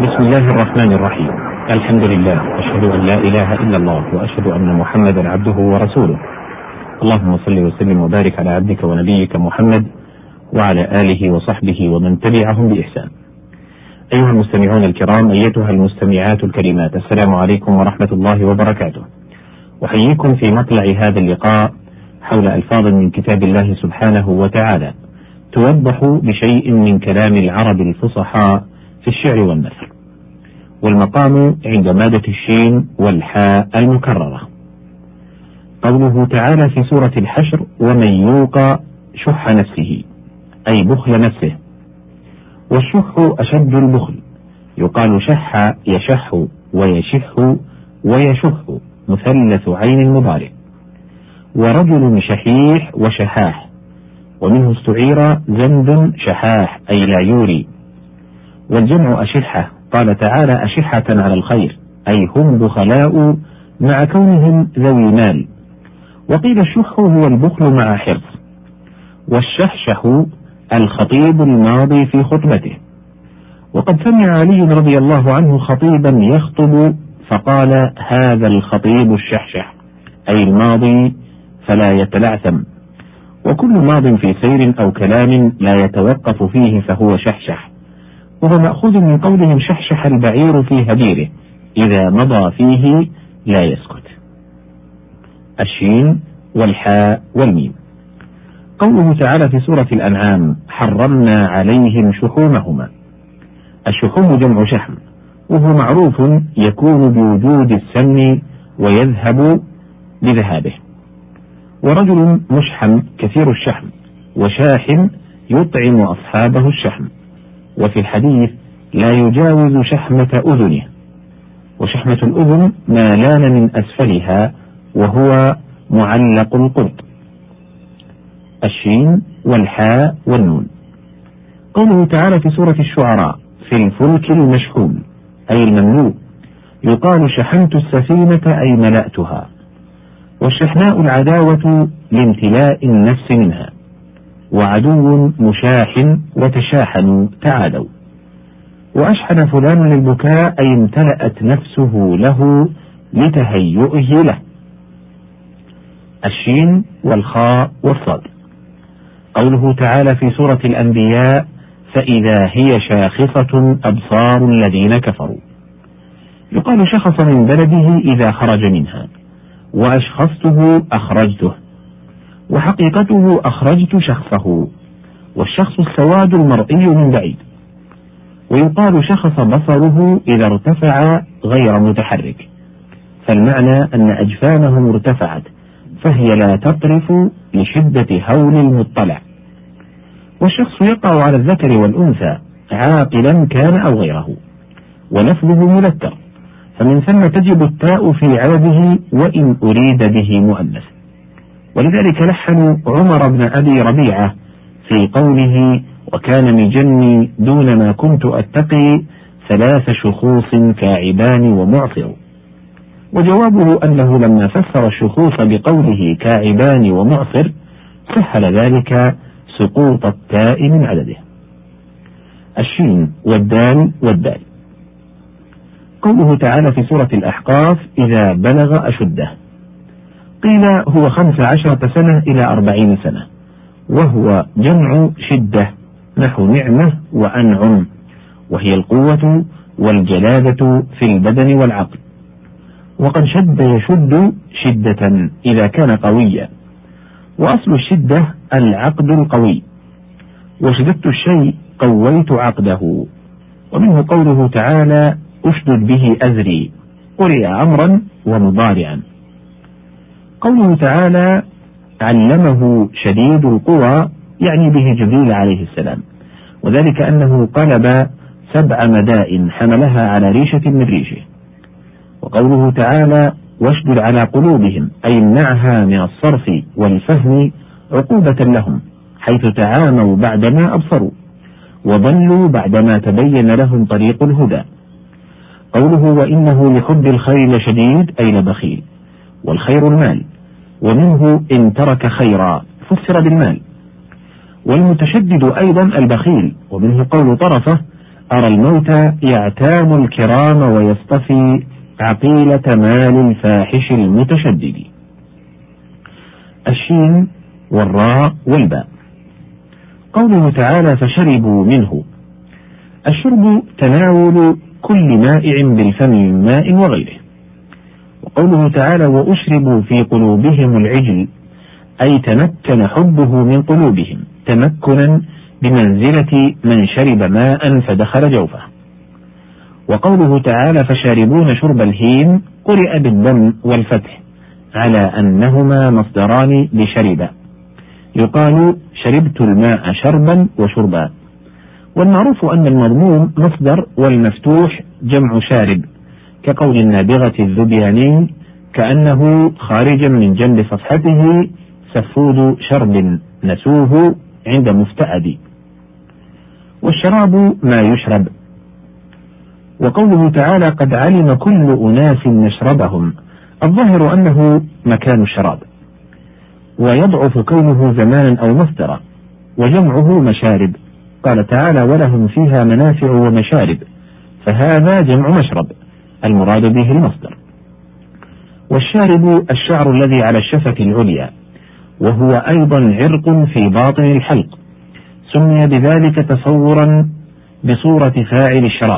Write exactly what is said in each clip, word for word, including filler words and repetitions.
بسم الله الرحمن الرحيم. الحمد لله، أشهد أن لا إله إلا الله، وأشهد أن محمدا عبده ورسوله. اللهم صل وسلم وبارك على عبدك ونبيك محمد وعلى آله وصحبه ومن تبعهم بإحسان. أيها المستمعون الكرام، أيتها المستمعات الكريمات، السلام عليكم ورحمة الله وبركاته. أحييكم في مطلع هذا اللقاء حول ألفاظ من كتاب الله سبحانه وتعالى توضح بشيء من كلام العرب الفصحاء في الشعر والنثر. والمقام عند مادة الشين والحاء المكررة. قوله تعالى في سورة الحشر: ومن يوق شح نفسه، أي بخل نفسه. والشح أشد البخل، يقال شح يشح ويشح ويشح، مثلث عين مضارع. ورجل شحيح وشحاح، ومنه استعير زند شحاح أي لا يوري. والجمع أشحة، قال تعالى: أشحة على الخير، أي هم بخلاء مع كونهم ذوي مال. وقيل الشح هو البخل مع حرص. والشحشح الخطيب الماضي في خطبته. وقد سمع علي رضي الله عنه خطيبا يخطب فقال: هذا الخطيب الشحشح، أي الماضي فلا يتلعثم. وكل ماض في سير أو كلام لا يتوقف فيه فهو شحشح، وهو مأخوذ من قولهم: شحشح البعير في هديره، إذا مضى فيه لا يسكت. الشين والحاء والميم. قوله تعالى في سورة الأنعام: حرمنا عليهم شحومهما. الشحوم جمع شحم، وهو معروف يكون بوجود السمن ويذهب بذهابه. ورجل مشحم كثير الشحم، وشاحم يطعم أصحابه الشحم. وفي الحديث: لا يجاوز شحمة أذنه. وشحمة الأذن ما لان من أسفلها، وهو معلق القرط. الشين والحاء والنون. قوله تعالى في سورة الشعراء: في الفلك المشحون، أي المملوء. يقال شحنت السفينة، أي ملأتها. والشحناء العداوة لامتلاء النفس منها. وعدو مشاحن وتشاحنوا تعادوا. وأشحن فلان للبكاء، أي امتلأت نفسه له لتهيئه له. الشين والخاء والصاد. قوله تعالى في سورة الأنبياء: فإذا هي شاخصة أبصار الذين كفروا. يقال شخص من بلده إذا خرج منها، وأشخصته أخرجته، وحقيقته أخرجت شخصه. والشخص السواد المرئي من بعيد. ويقال شخص بصره إذا ارتفع غير متحرك، فالمعنى أن أجفانهم ارتفعت فهي لا تطرف لشدة هول المطلع. والشخص يقع على الذكر والأنثى عاقلا كان أو غيره، ولفظه مذكر، فمن ثم تجب التاء في عدده وإن أريد به مؤنث. ولذلك لحنوا عمر بن أبي ربيعة في قوله: وكان مجني دون ما كنت أتقي ثلاث شخوص كاعبان ومعصر. وجوابه أنه لما فسر الشخوص بقوله كاعبان ومعصر سهل ذلك سقوط التاء من عدده. الشين والدال والدال. قوله تعالى في سورة الأحقاف: إذا بلغ أشده. قيل هو خمس عشرة سنة إلى أربعين سنة، وهو جمع شدة، نحو نعمة وأنعم، وهي القوة والجلادة في البدن والعقل. وقد شد يشد شدة إذا كان قويا. وأصل الشدة العقد القوي. وشددت الشيء قويت عقده. ومنه قوله تعالى: أشدد به أزري، قرئ أمرا ومضارعا. قوله تعالى: علمه شديد القوى، يعني به جبريل عليه السلام، وذلك أنه قلب سبع مدائن حملها على ريشة من ريشه. وقوله تعالى: واشدد على قلوبهم، أي امنعها من الصرف والفهم عقوبة لهم، حيث تعاموا بعدما أبصروا، وضلوا بعدما تبين لهم طريق الهدى. قوله: وإنه لحب الخير لشديد، أي لبخيل، والخير المال، ومنه إن ترك خيرا فسر بالمال. والمتشدد أيضا البخيل، ومنه قول طرفة: أرى الموت يعتام الكرام ويصطفي عقيلة مال الفاحش المتشدد. الشين والراء والباء. قوله تعالى فشربوا منه، الشرب تناول كل مائع بالفم من ماء وغيره. وقوله تعالى وأشربوا في قلوبهم العجل، أي تمكن حبه من قلوبهم تمكنا بمنزلة من شرب ماء فدخل جوفه. وقوله تعالى فشاربون شرب الهيم قرئ بالضم والفتح على أنهما مصدران لشرب، يقال شربت الماء شربا وشربا. والمعروف أن المضموم مصدر والمفتوح جمع شارب، كقول النابغة الذبياني كأنه خارجا من جنب صفحته سفود شرب نسوه عند مفتأد. والشراب ما يشرب. وقوله تعالى قد علم كل أناس مشربهم، الظاهر أنه مكان الشراب، ويضعف كونه زمانا أو مصدرا، وجمعه مشارب. قال تعالى ولهم فيها منافع ومشارب، فهذا جمع مشرب المراد به المصدر. والشارب الشعر الذي على الشفة العليا، وهو أيضا عرق في باطن الحلق، سمي بذلك تصورا بصورة فاعل الشراب.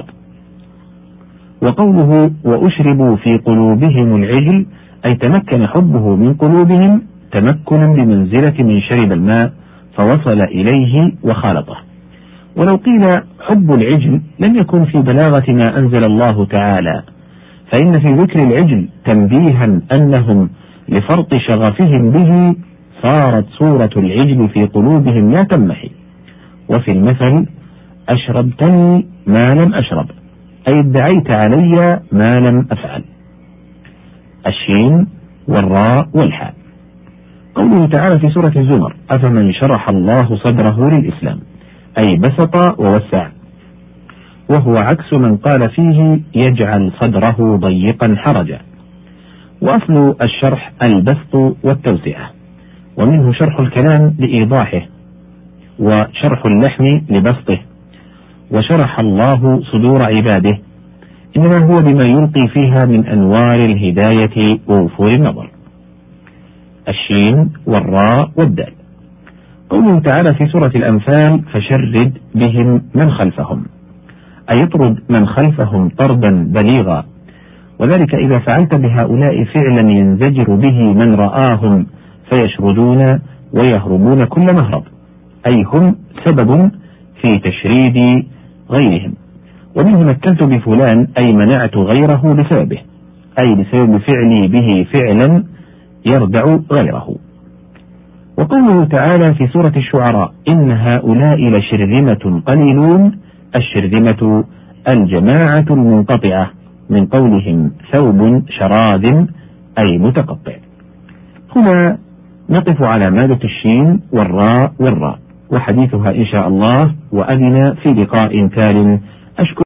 وقوله وأشربوا في قلوبهم العجل، أي تمكن حبه من قلوبهم تمكنا بمنزلة من شرب الماء فوصل إليه وخالطه. ولو قيل حب العجل لم يكن في بلاغة ما أنزل الله تعالى، فإن في ذكر العجل تنبيها أنهم لفرط شغفهم به صارت صورة العجل في قلوبهم لا تنمحي. وفي المثل أشربتني ما لم أشرب، أي ادعيت علي ما لم أفعل. الشين والراء والحاء. قوله تعالى في سورة الزمر أفمن شرح الله صدره للإسلام، أي بسط ووسع، وهو عكس من قال فيه يجعل صدره ضيقا حرجا. وأصل الشرح البسط والتوسعة، ومنه شرح الكلام لإيضاحه، وشرح اللحم لبسطه. وشرح الله صدور عباده، إنما هو بما يلقي فيها من أنوار الهداية ووفور النظر. الشين والراء والدال. قوله تعالى في سورة الأنفال فشرد بهم من خلفهم، أي يطرد من خلفهم طردا بليغا، وذلك إذا فعلت بهؤلاء فعلا ينزجر به من رآهم فيشردون ويهربون كل مهرب، أي هم سبب في تشريد غيرهم. ومنه مكنت بفلان، أي منعت غيره بسببه، أي بسبب فعلي به فعلا يردع غيره. وقوله تعالى في سورة الشعراء إن هؤلاء لشرذمة قليلون، الشرذمة الجماعة المنقطعة من قولهم ثوب شراذم أي متقطع. هنا نقف على مادة الشين والراء والراء، وحديثها إن شاء الله وأذن في لقاء تال. أشكر